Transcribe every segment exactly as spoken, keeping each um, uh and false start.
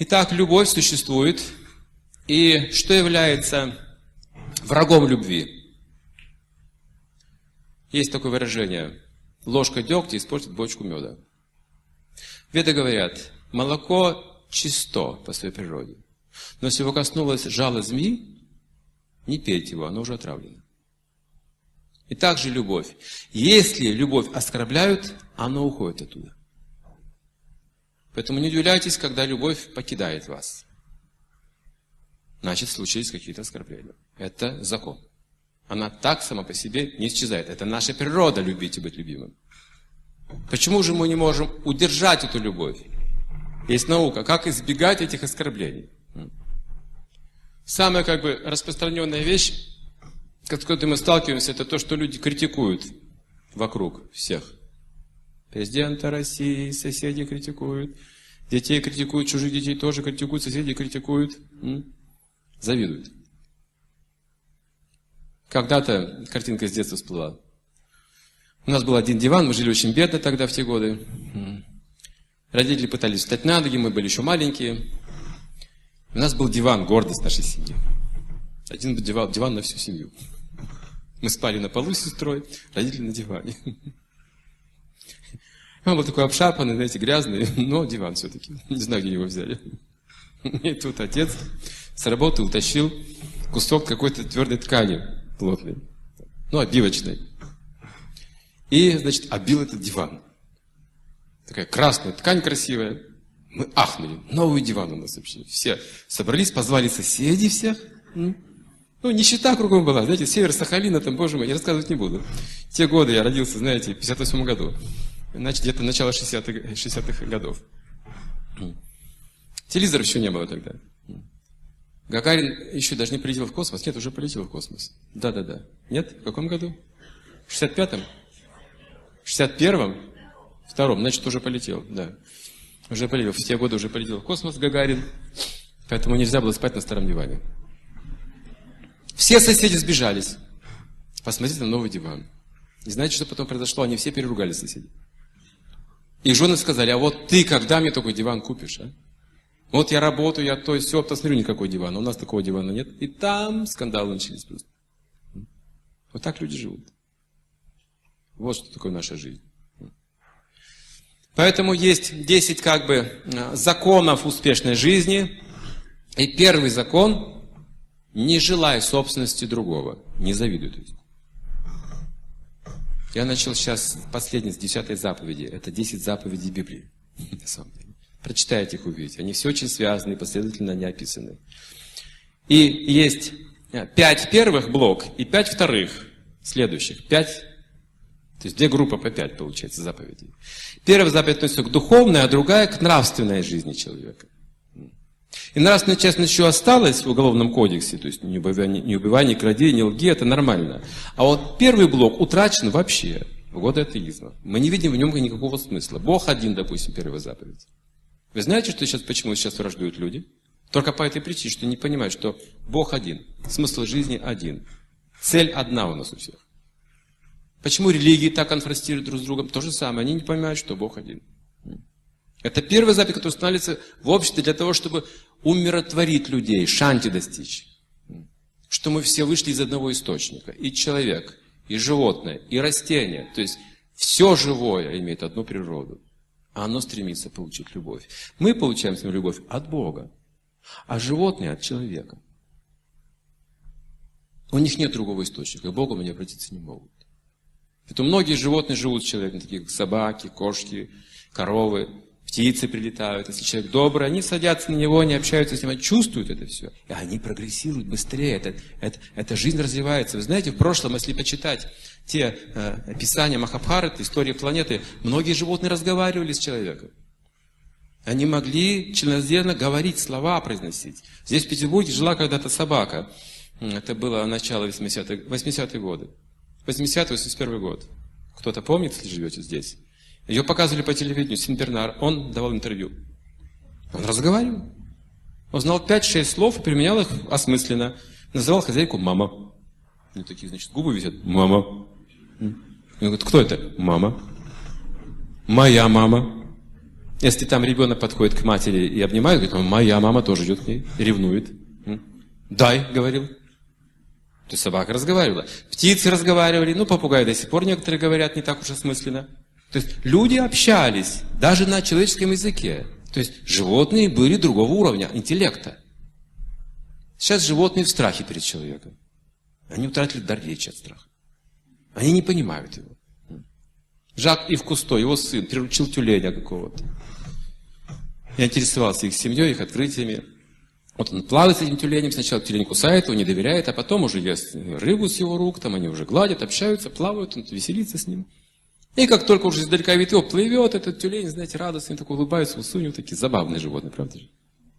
Итак, любовь существует. И что является врагом любви? Есть такое выражение: ложка дегтя испортит бочку меда. Веды говорят, молоко чисто по своей природе. Но если его коснулось жало змеи, не пейте его, оно уже отравлено. И также любовь. Если любовь оскорбляют, она уходит оттуда. Поэтому не удивляйтесь, когда любовь покидает вас. Значит, случились какие-то оскорбления. Это закон. Она так сама по себе не исчезает. Это наша природа — любить и быть любимым. Почему же мы не можем удержать эту любовь? Есть наука, как избегать этих оскорблений. Самая как бы распространенная вещь, с которой мы сталкиваемся, это то, что люди критикуют вокруг всех. Президента России, соседи критикуют, детей критикуют, чужих детей тоже критикуют, соседи критикуют, завидуют. Когда-то картинка из детства всплыла. У нас был один диван, мы жили очень бедно тогда, в те годы. Родители пытались встать на ноги, мы были еще маленькие. У нас был диван, гордость нашей семьи. Один диван, диван на всю семью. Мы спали на полу с сестрой, родители на диване. Он был такой обшарпанный, знаете, грязный, но диван все-таки. Не знаю, где его взяли. И тут отец с работы утащил кусок какой-то твердой ткани, плотной, ну, обивочной. И, значит, обил этот диван. Такая красная ткань красивая. Мы ахнули. Новый диван у нас вообще. Все собрались, позвали соседей всех. Ну, нищета кругом была. Знаете, север Сахалина, там, боже мой, я рассказывать не буду. В те годы я родился, знаете, в пятьдесят восьмом году. Значит, где-то начало шестидесятых годов. Телевизора еще не было тогда. Гагарин еще даже не полетел в космос. Нет, уже полетел в космос. Да-да-да. Нет? В каком году? В шестьдесят пятом? В шестьдесят первом? Втором. Значит, уже полетел, да. Уже полетел. В те годы уже полетел в космос Гагарин. Поэтому нельзя было спать на старом диване. Все соседи сбежались. Посмотрите на новый диван. И знаете, что потом произошло? Они все переругали соседей. Их жены сказали: а вот ты когда мне такой диван купишь, а? Вот я работаю, я то и все, посмотрю, никакой диван. У нас такого дивана нет. И там скандалы начались просто. Вот так люди живут. Вот что такое наша жизнь. Поэтому есть десять как бы законов успешной жизни. И первый закон: не желай собственности другого. Не завидуй. То есть. Я начал сейчас последний с десятой заповеди. Это десять заповедей Библии. На самом деле. Прочитайте их, увидите. Они все очень связаны, последовательно не описаны. И есть пять первых блок и пять вторых следующих. Пять, то есть две группы по пять, получается, заповедей. Первая заповедь относится к духовной, а другая к нравственной жизни человека. И нравственная часть еще осталась в Уголовном кодексе, то есть не убивай, не убивай, не кради, не лги, это нормально. А вот первый блок утрачен вообще в годы атеизма. Мы не видим в нем никакого смысла. Бог один, допустим, первая заповедь. Вы знаете, что сейчас, почему сейчас враждуют люди? Только по этой причине, что не понимают, что Бог один, смысл жизни один, цель одна у нас у всех. Почему религии так конфронтируют друг с другом? То же самое, они не понимают, что Бог один. Это первая заповедь, которая устанавливается в обществе для того, чтобы умиротворить людей, шанти достичь. Что мы все вышли из одного источника. И человек, и животное, и растение. То есть все живое имеет одну природу. А оно стремится получить любовь. Мы получаем с ним любовь от Бога, а животные от человека. У них нет другого источника, к Богу они обратиться не могут. Поэтому многие животные живут с человеком, такие как собаки, кошки, коровы, птицы прилетают. Если человек добрый, они садятся на него, они общаются с ним, они чувствуют это все. И они прогрессируют быстрее, это, это, эта жизнь развивается. Вы знаете, в прошлом, если почитать те э, писания Махабхараты, истории планеты, многие животные разговаривали с человеком. Они могли членораздельно говорить, слова произносить. Здесь в Петербурге жила когда-то собака. Это было начало восьмидесятых, восьмидесятые годы. восьмидесятый восемьдесят первый год. Кто-то помнит, если живете здесь? Ее показывали по телевидению, Син-Бернар. Он давал интервью. Он разговаривал. Он знал пять-шесть слов и применял их осмысленно. Называл хозяйку мама. Они такие, значит, губы висят. Мама. Он говорит: кто это? Мама. Моя мама. Если там ребенок подходит к матери и обнимает, говорит, моя мама тоже идет к ней, ревнует. Дай, говорил. То есть собака разговаривала. Птицы разговаривали, ну, попугаи до сих пор некоторые говорят не так уж осмысленно. То есть люди общались даже на человеческом языке. То есть животные были другого уровня интеллекта. Сейчас животные в страхе перед человеком. Они утратили дар речи от страха. Они не понимают его. Жак Ив Кусто, его сын, приручил тюленя какого-то. Я интересовался их семьей, их открытиями. Вот он плавает с этим тюленем, сначала тюлень кусает его, не доверяет, а потом уже ест рыбу с его рук, там они уже гладят, общаются, плавают, он веселится с ним. И как только уже издалека видит его, плывет этот тюлень, знаете, радостный, такой улыбается, усы у него такие забавные животные, правда же?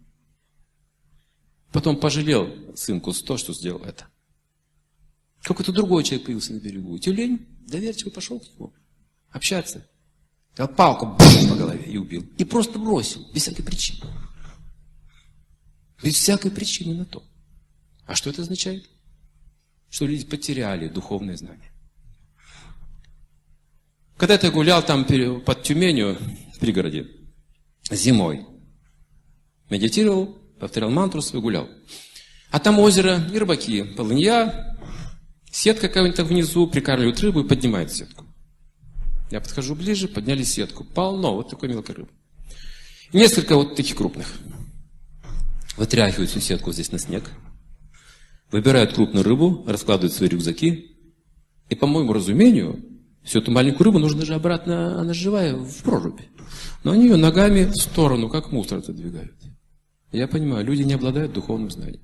Потом пожалел сын Кусто, что сделал это. Какой-то другой человек появился на берегу. Тюлень доверчиво пошел к нему общаться. Дал палку бум, по голове и убил. И просто бросил, без всякой причины. Без всякой причины на то. А что это означает? Что люди потеряли духовное знание. Когда-то я гулял там под Тюменью, в пригороде, зимой. Медитировал, повторял мантру свою, гулял. А там озеро и рыбаки, полынья, сетка какая-нибудь там внизу, прикармливают рыбу и поднимают сетку. Я подхожу ближе, подняли сетку. Полно вот такой мелкой рыбы. И несколько вот таких крупных. Вытряхивают всю сетку здесь на снег. Выбирают крупную рыбу, раскладывают свои рюкзаки. И, по моему разумению, всю эту маленькую рыбу нужно же обратно, она живая, в прорубь. Но они ее ногами в сторону, как мусор, отодвигают. Я понимаю, люди не обладают духовным знанием.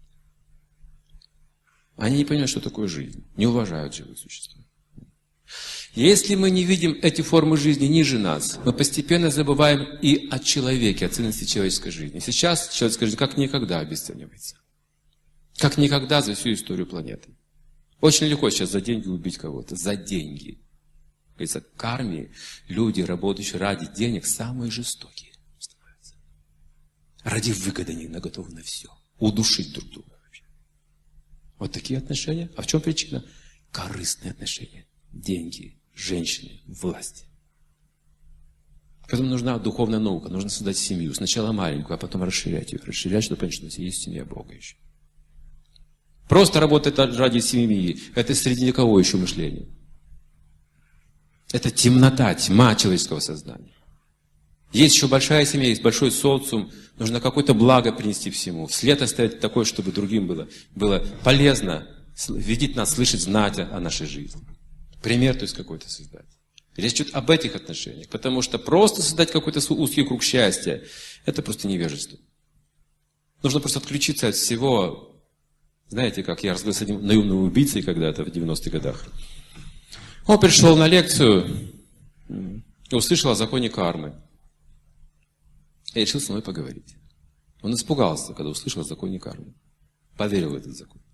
Они не понимают, что такое жизнь. Не уважают живых существ. Если мы не видим эти формы жизни ниже нас, мы постепенно забываем и о человеке, о ценности человеческой жизни. Сейчас человеческая жизнь как никогда обесценивается. Как никогда за всю историю планеты. Очень легко сейчас за деньги убить кого-то. За деньги. Говорится, к карме люди, работающие ради денег, самые жестокие становятся. Ради выгоды они готовы на все. Удушить друг друга вообще. Вот такие отношения. А в чем причина? Корыстные отношения. Деньги, женщины, власть. Поэтому нужна духовная наука, нужно создать семью. Сначала маленькую, а потом расширять ее. Расширять, чтобы понять, что есть семья Бога еще. Просто работать ради семьи, это средневековое еще мышление. Это темнота, тьма человеческого сознания. Есть еще большая семья, есть большой социум. Нужно какое-то благо принести всему. След оставить такой, чтобы другим было, было полезно видеть нас, слышать, знать о нашей жизни. Пример, то есть какой-то создать. Речь идет об этих отношениях. Потому что просто создать какой-то узкий круг счастья, это просто невежество. Нужно просто отключиться от всего. Знаете, как я разговаривал с одним наемным убийцей когда-то в девяностых годах. Он пришел на лекцию и услышал о законе кармы. И решил со мной поговорить. Он испугался, когда услышал о законе кармы. Поверил в этот закон.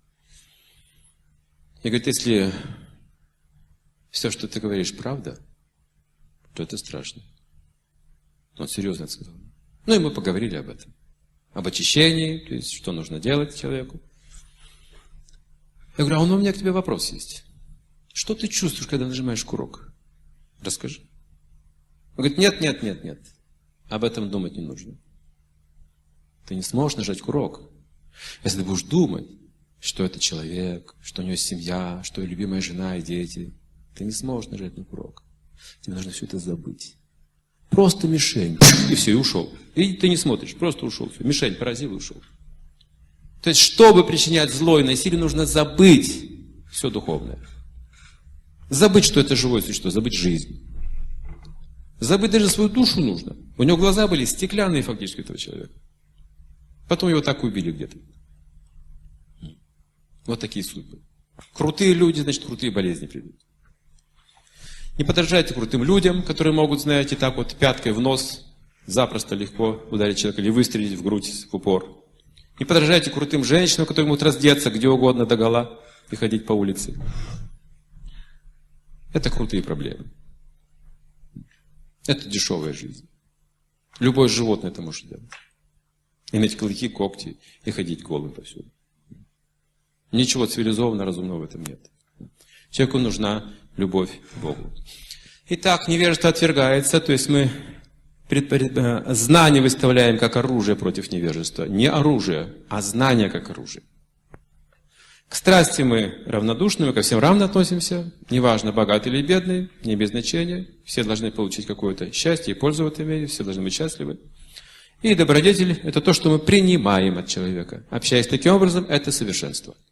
И говорит, если все, что ты говоришь, правда, то это страшно. Он серьезно это сказал. Ну и мы поговорили об этом. Об очищении, то есть что нужно делать человеку. Я говорю, а у меня к тебе вопрос есть. Что ты чувствуешь, когда нажимаешь курок? Расскажи. Он говорит, нет, нет, нет, нет. Об этом думать не нужно. Ты не сможешь нажать курок. Если ты будешь думать, что это человек, что у него есть семья, что любимая жена и дети, ты не сможешь нажать на курок. Тебе нужно все это забыть. Просто мишень. И все, и ушел. И ты не смотришь, просто ушел. Все. Мишень поразил и ушел. То есть, чтобы причинять зло и насилие, нужно забыть все духовное. Забыть, что это живое существо, забыть жизнь. Забыть даже свою душу нужно. У него глаза были стеклянные фактически, этого человека. Потом его так убили где-то. Вот такие судьбы. Крутые люди, значит, крутые болезни придут. Не подражайте крутым людям, которые могут, знаете, так вот пяткой в нос запросто легко ударить человека или выстрелить в грудь в упор. Не подражайте крутым женщинам, которые могут раздеться где угодно догола и ходить по улице. Это крутые проблемы. Это дешевая жизнь. Любое животное это может делать. Иметь клыки, когти и ходить голым повсюду. Ничего цивилизованного, разумного в этом нет. Человеку нужна любовь к Богу. Итак, невежество отвергается, то есть мы Знание выставляем как оружие против невежества. Не оружие, а знание как оружие. К страсти мы равнодушны, мы ко всем равно относимся. Неважно, богатый или бедный, не имеет значения. Все должны получить какое-то счастье и пользу в этом мире, все должны быть счастливы. И добродетель – это то, что мы принимаем от человека. Общаясь таким образом, это совершенство.